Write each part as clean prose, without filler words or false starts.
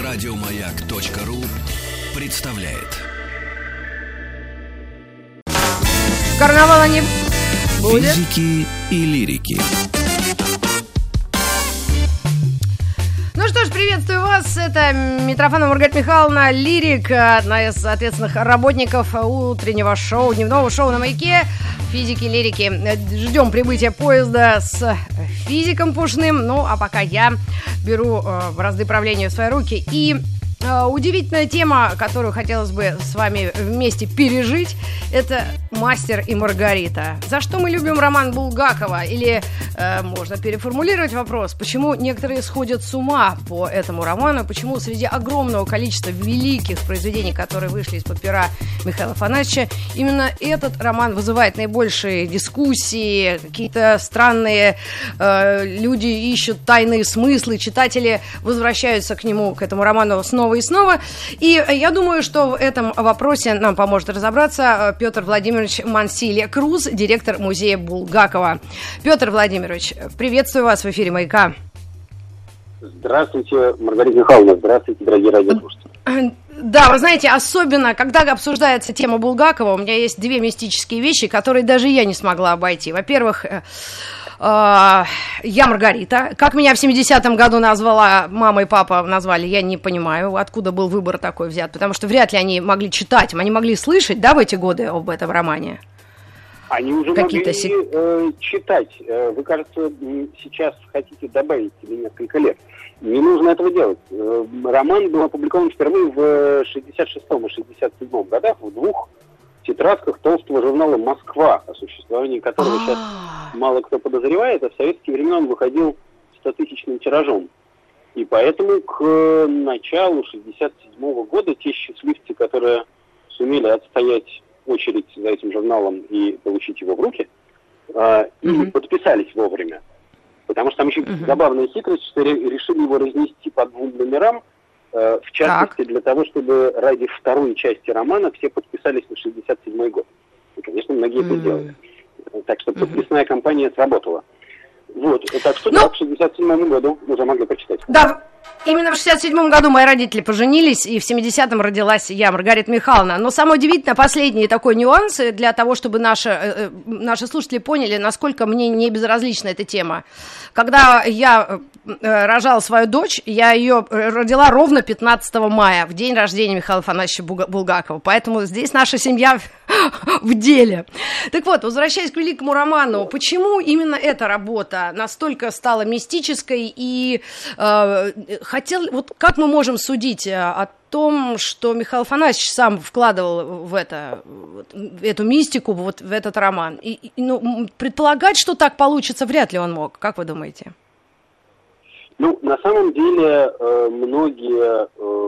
Радиомаяк.ру представляет. Карнавала не будет. Физики и лирики. Ну что ж, приветствую вас. Это Митрофанова Маргарита Михайловна, лирик, одна из ответственных работников утреннего шоу, дневного шоу на Маяке. Физики, лирики. Ждем прибытия поезда с физиком Пушным. Ну, а пока я беру бразды правления в свои руки. И удивительная тема, которую хотелось бы с вами вместе пережить, это «Мастер и Маргарита». За что мы любим роман Булгакова? Или можно переформулировать вопрос, почему некоторые сходят с ума по этому роману, почему среди огромного количества великих произведений, которые вышли из-под пера Михаила Афанасьевича, именно этот роман вызывает наибольшие дискуссии, какие-то странные люди ищут тайные смыслы, читатели возвращаются к нему, к этому роману снова и снова. И я думаю, что в этом вопросе нам поможет разобраться Петр Владимирович Мансилья-Круз, директор музея Булгакова. Петр Владимирович, приветствую вас в эфире «Маяка». Здравствуйте, Маргарита Михайловна, здравствуйте, дорогие радиослушатели. Да, вы знаете, особенно, когда обсуждается тема Булгакова, у меня есть две мистические вещи, которые даже я не смогла обойти. Во-первых, «Я Маргарита». Как меня в 70-м году назвала мама и папа, назвали, я не понимаю, откуда был выбор такой взят, потому что вряд ли они могли читать, они могли слышать, да, в эти годы об этом романе? Они уже могли читать. Вы, кажется, сейчас хотите добавить или несколько лет. Не нужно этого делать. Роман был опубликован впервые в 66-м и 67-м годах в двух тетрадках толстого журнала «Москва», о существовании которого сейчас мало кто подозревает, а в советские времена он выходил 100-тысячным тиражом. И поэтому к началу 67-го года те счастливцы, которые сумели отстоять очередь за этим журналом и получить его в руки, и подписались вовремя. Потому что там еще забавная хитрость, что решили его разнести по двум номерам, в частности, для того, чтобы ради второй части романа все подписались на 67-й год. И, конечно, многие это сделали. Так что подписная кампания сработала. Вот, так что да, к 67-му году уже могли прочитать. Да, именно в 67-м году мои родители поженились, и в 70-м родилась я, Маргарита Михайловна. Но самое удивительное, последний такой нюанс, для того, чтобы наши слушатели поняли, насколько мне не безразлична эта тема. Когда я рожала свою дочь, я ее родила ровно 15 мая, в день рождения Михаила Афанасьевича Булгакова. Поэтому здесь наша семья в деле. Так вот, возвращаясь к великому роману, почему именно эта работа настолько стала мистической и вот как мы можем судить о том, что Михаил Афанасьевич сам вкладывал в эту мистику, вот в этот роман? Предполагать, что так получится, вряд ли он мог. Как вы думаете? На самом деле, многие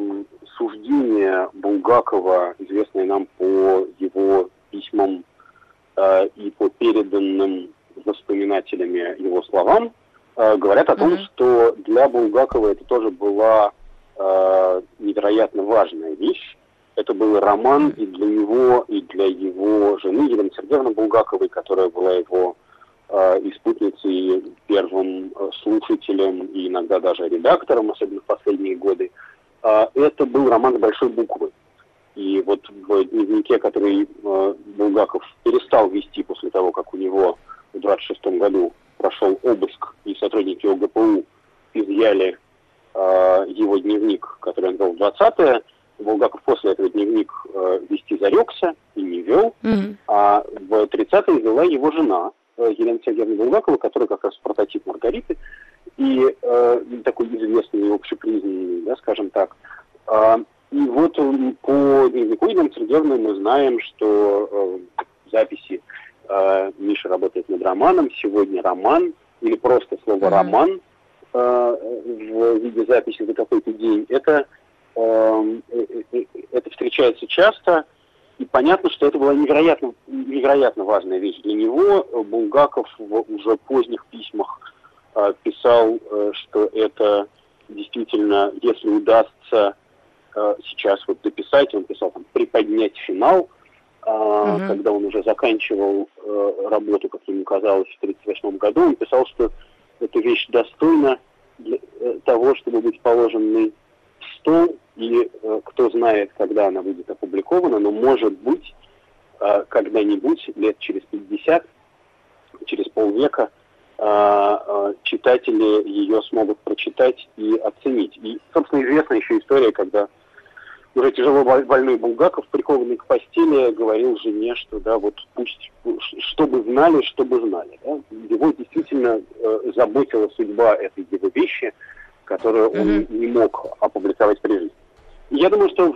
суждения Булгакова, известные нам по его письмам и по переданным воспоминателями его словам, говорят о том, что для Булгакова это тоже была невероятно важная вещь. Это был роман и для него, и для его жены Елены Сергеевны Булгаковой, которая была его и спутницей, и первым слушателем, и иногда даже редактором, особенно в последние годы. Это был роман с большой буквы. И вот в дневнике, который Булгаков перестал вести после того, как у него в 26-м году прошел обыск, и сотрудники ОГПУ изъяли его дневник, который он вел в 20-е, Булгаков после этого дневник вести зарекся и не вел, а в 30-е вела его жена Елена Сергеевна Булгакова, которая как раз прототип Маргариты, и такой известный и общепризнанный, да, скажем так. И вот по дневнику Елены Сергеевны мы знаем, что записи Миша работает над романом, сегодня роман, или просто слово «роман» в виде записи за какой-то день, это встречается часто, и понятно, что это была невероятно важная вещь для него. Булгаков в уже поздних письмах писал, что это действительно, если удастся сейчас вот дописать, он писал там «приподнять финал», когда он уже заканчивал работу, как ему казалось, в 1938 году, он писал, что эта вещь достойна того, чтобы быть положенной в стол, и кто знает, когда она будет опубликована, но, может быть, когда-нибудь, лет через 50, через полвека, читатели ее смогут прочитать и оценить. И, собственно, известна еще история, когда уже тяжело больной Булгаков, прикованный к постели, говорил жене, что да, вот пусть, чтобы знали. Да? Его действительно заботила судьба этой его вещи, которую он не мог опубликовать при жизни. И я думаю, что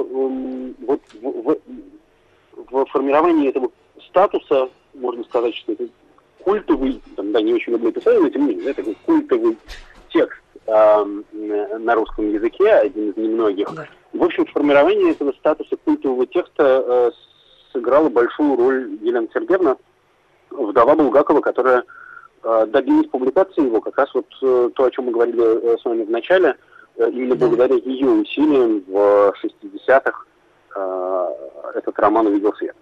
в формировании этого статуса можно сказать, что это культовый, не очень люблю писать, но тем не менее, такой культовый текст на русском языке, один из немногих. Да. В общем, в формировании этого статуса культового текста сыграла большую роль Елена Сергеевна, вдова Булгакова, которая добилась публикации его, как раз вот то, о чем мы говорили с вами в начале, именно благодаря ее усилиям в 60-х этот роман увидел свет.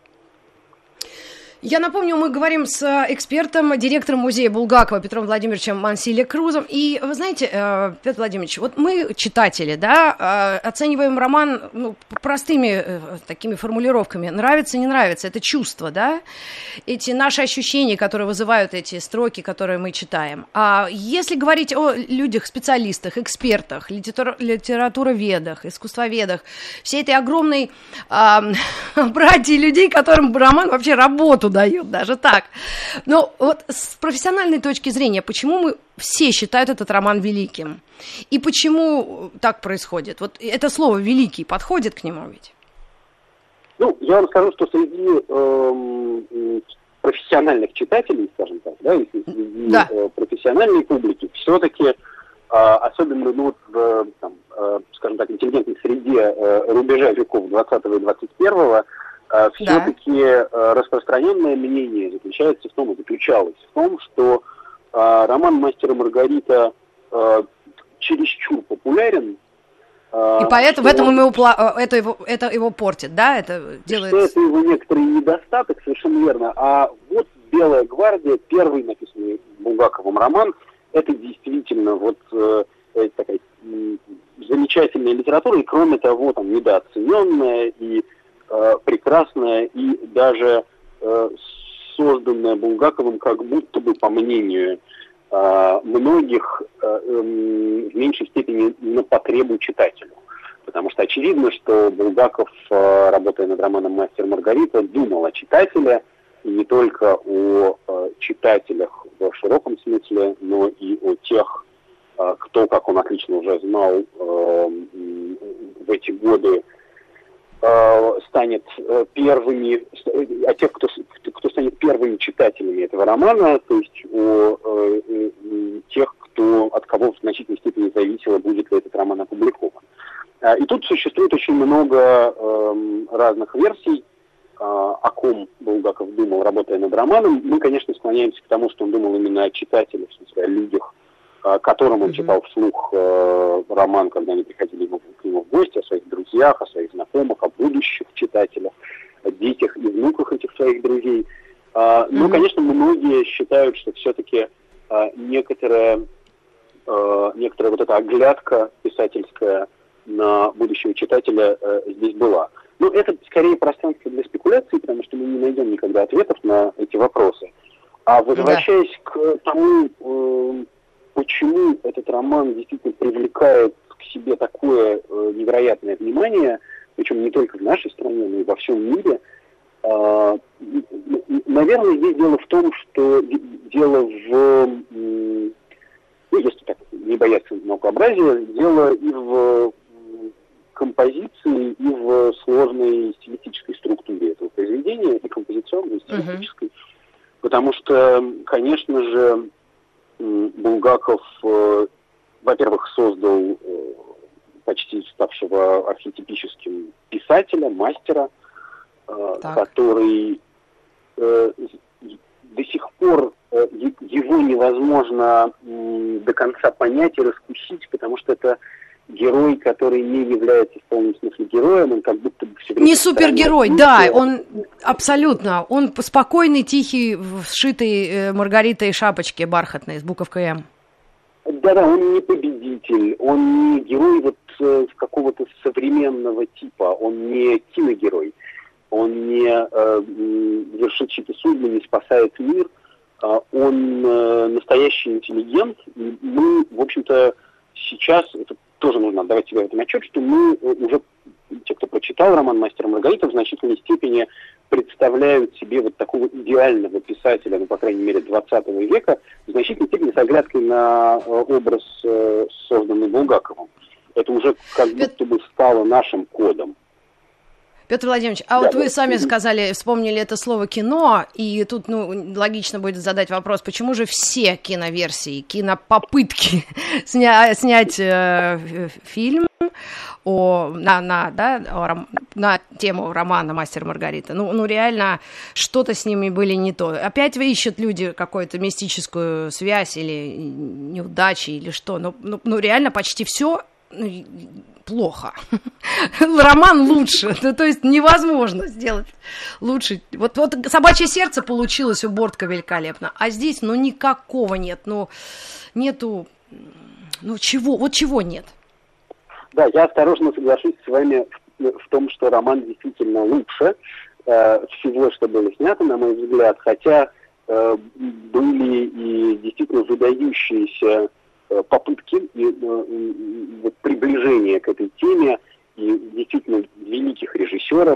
Я напомню, мы говорим с экспертом, директором музея Булгакова Петром Владимировичем Мансиле-Крузом. И вы знаете, Петр Владимирович, вот мы, читатели, да, оцениваем роман простыми такими формулировками. Нравится, не нравится, это чувство, да? Эти наши ощущения, которые вызывают эти строки, которые мы читаем. А если говорить о людях, специалистах, экспертах, литературоведах, искусствоведах, всей этой огромной братьи людей, которым роман вообще работу дает, даже так. Но вот с профессиональной точки зрения, почему мы все считают этот роман великим? И почему так происходит? Вот это слово «великий» подходит к нему ведь? Я вам скажу, что среди профессиональных читателей, скажем так, да, и среди профессиональной публики, все-таки, особенно скажем так, интеллигентной среде рубежа веков 20-го и 21-го, все-таки распространенное мнение заключалось в том, что роман «Мастер и Маргарита» чересчур популярен. И поэтому это его портит, да? Это делает... Что это его некоторый недостаток, совершенно верно. А вот «Белая гвардия», первый написанный Булгаковым роман, это действительно такая замечательная литература, и кроме того, недооцененная и прекрасная, и даже созданная Булгаковым как будто бы, по мнению многих, в меньшей степени на потребу читателю. Потому что очевидно, что Булгаков, работая над романом «Мастер и Маргарита», думал о читателе, и не только о читателях в широком смысле, но и о тех, кто, как он отлично уже знал, в эти годы станет первыми, о тех, кто станет первыми читателями этого романа, то есть о тех, от кого в значительной степени зависело, будет ли этот роман опубликован. И тут существует очень много разных версий, о ком Булгаков думал, работая над романом. Мы, конечно, склоняемся к тому, что он думал именно о читателях, в смысле о людях, которым он читал вслух роман, когда они приходили к нему в гости, о своих друзьях, о своих знакомых, о будущих читателях, о детях и внуках этих своих друзей. Но, конечно, многие считают, что все-таки некоторая вот эта оглядка писательская на будущего читателя здесь была. Но это скорее пространство для спекуляций, потому что мы не найдем никогда ответов на эти вопросы. А возвращаясь к тому, почему этот роман действительно привлекает к себе такое невероятное внимание, причем не только в нашей стране, но и во всем мире, наверное, здесь дело в том, что дело если так не бояться многообразия, дело и в композиции, и в сложной стилистической структуре этого произведения, и композиционной, и стилистической. Потому что, конечно же, Булгаков, во-первых, создал почти ставшего архетипическим писателя, мастера, который до сих пор его невозможно до конца понять и раскусить, потому что это герой, который не является в полном смысле героем, он как будто бы все время... Не супергерой, да, он абсолютно, он спокойный, тихий, сшитый Маргаритой шапочке бархатной с буковкой «М». Да-да, он не победитель, он не герой вот какого-то современного типа, он не киногерой, он не вершит чьи-то судьбы, не спасает мир, он настоящий интеллигент, и мы, в общем-то, сейчас, это тоже нужно отдавать себе в этом отчет, что мы уже, те, кто прочитал роман «Мастер и Маргарита», в значительной степени представляют себе вот такого идеального писателя, ну, по крайней мере, 20 века, в значительной степени с оглядкой на образ, созданный Булгаковым. Это уже как будто бы стало нашим кодом. Петр Владимирович, вот вы сами сказали, вспомнили это слово «кино», и тут, логично будет задать вопрос, почему же все киноверсии, кинопопытки снять фильм на тему романа «Мастер и Маргарита». Реально, что-то с ними были не то. Опять ищут люди какую-то мистическую связь или неудачи, или что. Реально почти все плохо. Роман лучше. То есть невозможно сделать лучше. Вот «Собачье сердце» получилось у Бортко великолепно, а здесь, никакого нет. Нету, чего нет? Да, я осторожно соглашусь с вами в том, что роман действительно лучше всего, что было снято, на мой взгляд, хотя были и действительно выдающиеся попытки приближения к этой теме и действительно великих режиссеров.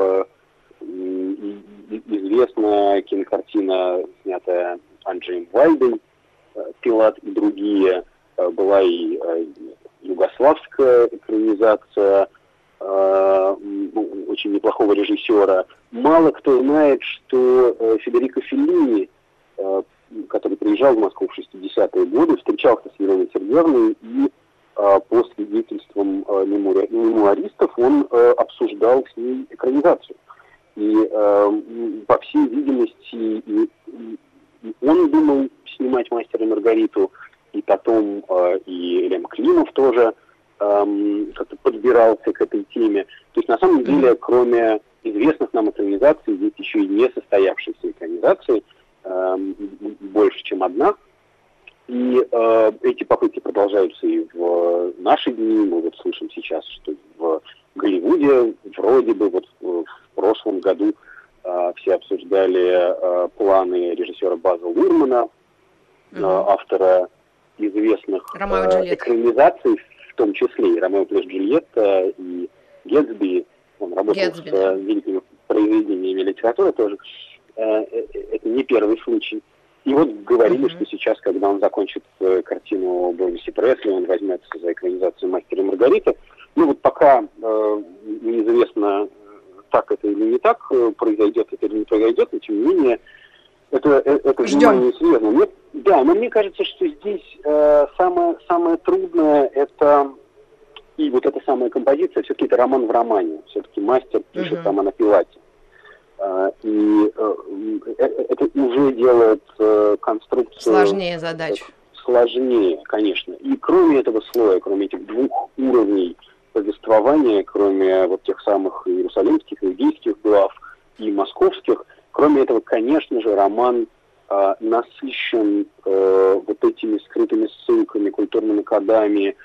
Известная кинокартина, снятая Анджеем Вальдой, «Пилат» и другие, была и югославская экранизация очень неплохого режиссера. Мало кто знает, что Федерико Феллини, который приезжал в Москву в 60-е годы, встречался с Еленой Сергеевной, и по свидетельствам мемуаристов он обсуждал с ней экранизацию. И, по всей видимости, он думал снимать «Мастера и Маргариту», и потом и Лем Климов тоже как-то подбирался к этой теме. То есть, на самом деле, кроме известных нам экранизаций, есть еще и несостоявшиеся экранизации, больше, чем одна. И эти попытки продолжаются и в наши дни. Мы вот слышим сейчас, что в Голливуде вроде бы в прошлом году все обсуждали планы режиссера База Лурмана, автора известных экранизаций, в том числе и «Ромео плюс Джульетта», и «Гэтсби». Он работал с великими произведениями литературы тоже. Это не первый случай. И вот говорили, что сейчас, когда он закончит картину Элвиса Пресли, он возьмется за экранизацию «Мастера и Маргариты». Пока неизвестно, так это или не так, произойдет это или не произойдет, но тем не менее, это внимание серьезно. Мне кажется, что здесь самое трудное это, и вот эта самая композиция, все-таки это роман в романе. Все-таки мастер пишет роман о Пилате. И это уже делает конструкцию... Сложнее задачу. Сложнее, конечно. И кроме этого слоя, кроме этих двух уровней повествования, кроме тех самых иерусалимских, иудейских глав и московских, кроме этого, конечно же, роман насыщен этими скрытыми ссылками, культурными кодами,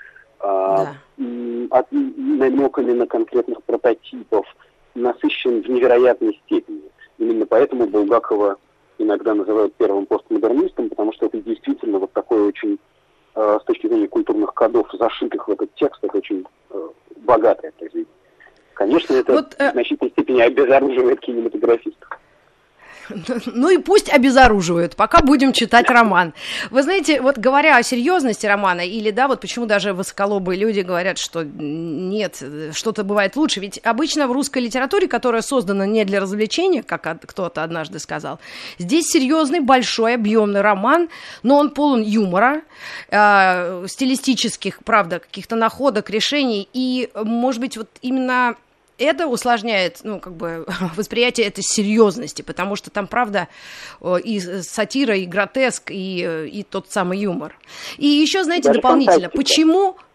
намеками на конкретных прототипов, насыщен в невероятной степени. Именно поэтому Булгакова иногда называют первым постмодернистом, потому что это действительно такое очень, с точки зрения культурных кодов, зашитых в этот текст, это очень богатое произведение. Конечно, это в значительной степени обезоруживает кинематографистов. И пусть обезоруживают, пока будем читать роман. Вы знаете, говоря о серьезности романа, или почему даже высоколобые люди говорят, что нет, что-то бывает лучше, ведь обычно в русской литературе, которая создана не для развлечения, как кто-то однажды сказал, здесь серьезный, большой, объемный роман, но он полон юмора, стилистических, правда, каких-то находок, решений, и, может быть, именно... Это усложняет, восприятие этой серьезности, потому что там, правда, и сатира, и гротеск, и тот самый юмор. И еще, знаете, даже дополнительно,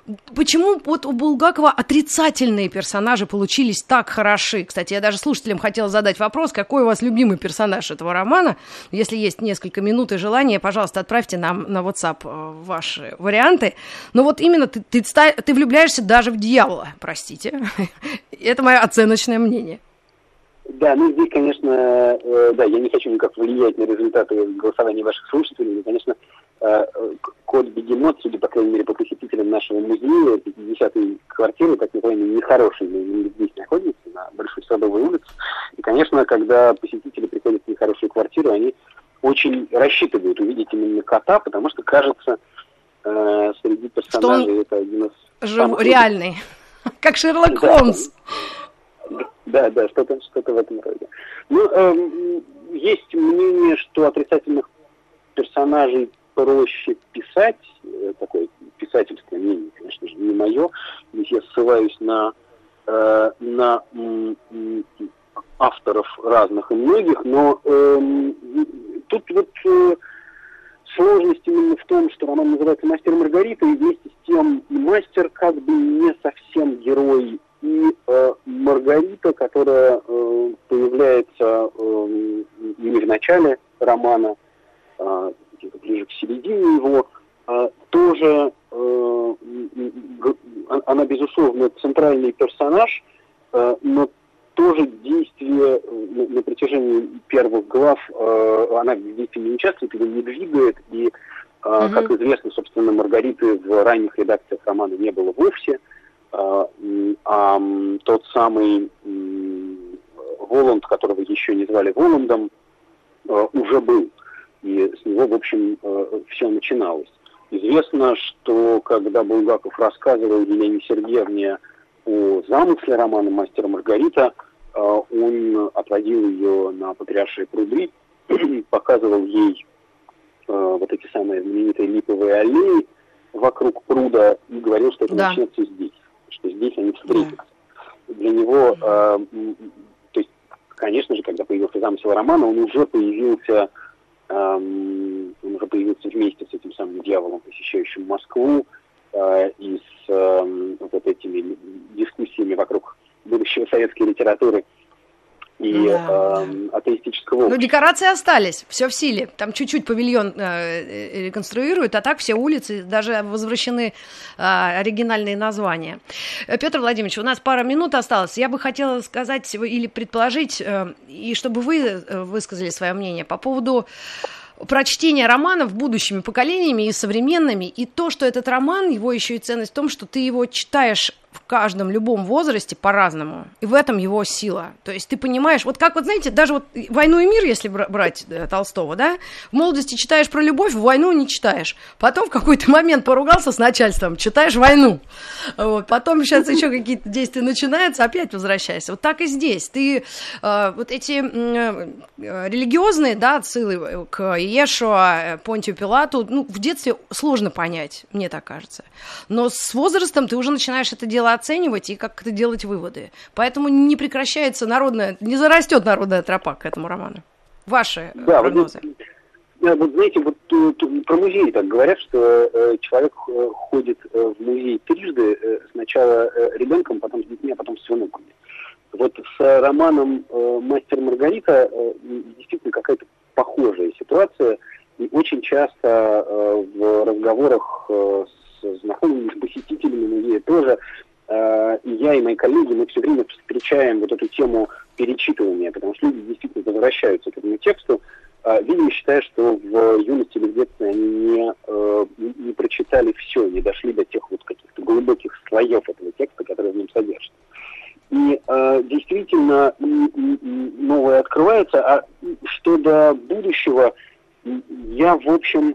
почему вот у Булгакова отрицательные персонажи получились так хороши? Кстати, я даже слушателям хотела задать вопрос, какой у вас любимый персонаж этого романа? Если есть несколько минут и желание, пожалуйста, отправьте нам на WhatsApp ваши варианты. Но вот именно ты влюбляешься даже в дьявола, простите. Это мое оценочное мнение. Да, ну здесь, конечно, да, я не хочу никак влиять на результаты голосования ваших слушателей, но, конечно, кот Бегемот, судя, по крайней мере, по посетителям нашего музея, 50-й квартиры, так называемый, нехороший, но здесь находится, на Большой Садовой улице. И, конечно, когда посетители приходят в нехорошую квартиру, они очень рассчитывают увидеть именно кота, потому что, кажется, среди персонажей это один из самых... реальный, как Шерлок Холмс. Да, что-то в этом роде. Ну, есть мнение, что отрицательных персонажей проще писать, такое писательское мнение, конечно же, не мое. Здесь я ссылаюсь на авторов разных и многих, но тут вот сложность именно в том, что роман называется «Мастер и Маргарита», и вместе с тем и мастер как бы не совсем герой, и Маргарита, которая появляется не в начале романа, где-то ближе к середине его, тоже она, безусловно, центральный персонаж, но тоже действие на протяжении первых глав, она в действии не участвует, его не двигает, и, как известно, собственно, Маргариты в ранних редакциях романа не было вовсе, а тот самый Воланд, которого еще не звали Воландом, уже был. И с него, в общем, все начиналось. Известно, что когда Булгаков рассказывал Елене Сергеевне о замысле романа «Мастер и Маргарита», он отводил ее на Патриаршие пруды, показывал ей вот эти самые знаменитые липовые аллеи вокруг пруда и говорил, что это начнется здесь, что здесь они встретятся. Для него, то есть, конечно же, когда появился замысел романа, он уже появился вместе с этим самым дьяволом, посещающим Москву, и с вот этими дискуссиями вокруг будущего советской литературы и атеистического общества. Но декорации остались, все в силе. Там чуть-чуть павильон реконструируют, а так все улицы, даже возвращены оригинальные названия. Петр Владимирович, у нас пара минут осталось. Я бы хотела сказать или предположить, и чтобы вы высказали свое мнение по поводу прочтения романов будущими поколениями и современными, и то, что этот роман, его еще и ценность в том, что ты его читаешь в каждом, любом возрасте по-разному, и в этом его сила. То есть ты понимаешь, вот как, вот знаете, даже вот «Войну и мир», если брать Толстого, да, в молодости читаешь про любовь, в войну не читаешь. Потом в какой-то момент поругался с начальством, читаешь «Войну». Вот. Потом сейчас еще какие-то действия начинаются, опять возвращаешься. Вот так и здесь. Ты вот эти религиозные, да, отсылы к Иешуа, Понтию Пилату, ну, в детстве сложно понять, мне так кажется. Но с возрастом ты уже начинаешь это дело оценивать и как-то делать выводы. Поэтому не прекращается не зарастет народная тропа к этому роману. Ваши прогнозы. Вот знаете, вот про музей так говорят, что человек ходит в музей трижды, сначала ребенком, потом с детьми, а потом с внуками. Вот с романом «Мастер и Маргарита» действительно какая-то похожая ситуация, и очень часто в разговорах с знакомыми, с посетителями музея тоже, и я, и мои коллеги, мы все время встречаем вот эту тему перечитывания, потому что люди действительно возвращаются к этому тексту, видимо, считая, что в юности или в детстве они не прочитали все, не дошли до тех вот каких-то глубоких слоев этого текста, который в нем содержится. И действительно новое открывается, а что до будущего, я, в общем,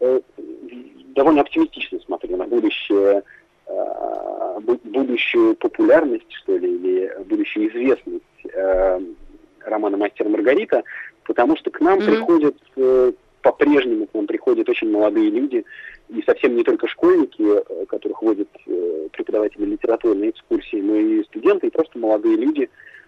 довольно оптимистично смотрю на будущее, будущую популярность, что ли, или будущую известность романа «Мастер и Маргарита», потому что к нам приходят, по-прежнему к нам приходят очень молодые люди, и совсем не только школьники, которых водят преподаватели литературы на экскурсии, но и студенты, и просто молодые люди,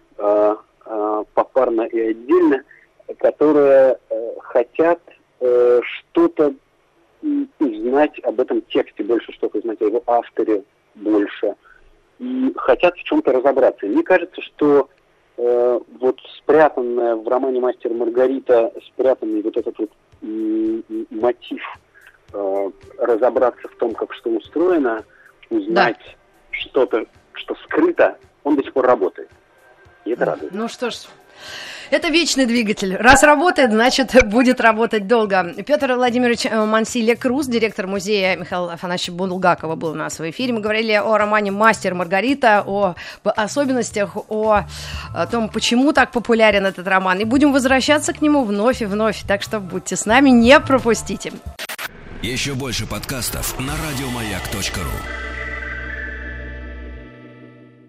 попарно и отдельно, которые хотят что-то узнать об этом тексте больше, чтобы узнать о его авторе больше. И хотят в чем-то разобраться. Мне кажется, что вот спрятанная в романе «Мастер и Маргарита», спрятанный вот этот вот мотив разобраться в том, как что устроено, узнать что-то, что скрыто, он до сих пор работает. И это радует. Ну что ж, это вечный двигатель. Раз работает, значит, будет работать долго. Петр Владимирович Мансий-Лекрус, директор музея Михаила Афанасьевича Булгакова, был у нас в эфире. Мы говорили о романе «Мастер и Маргарита», о особенностях, о том, почему так популярен этот роман. И будем возвращаться к нему вновь и вновь. Так что будьте с нами, не пропустите. Еще больше подкастов на радиомаяк.ру.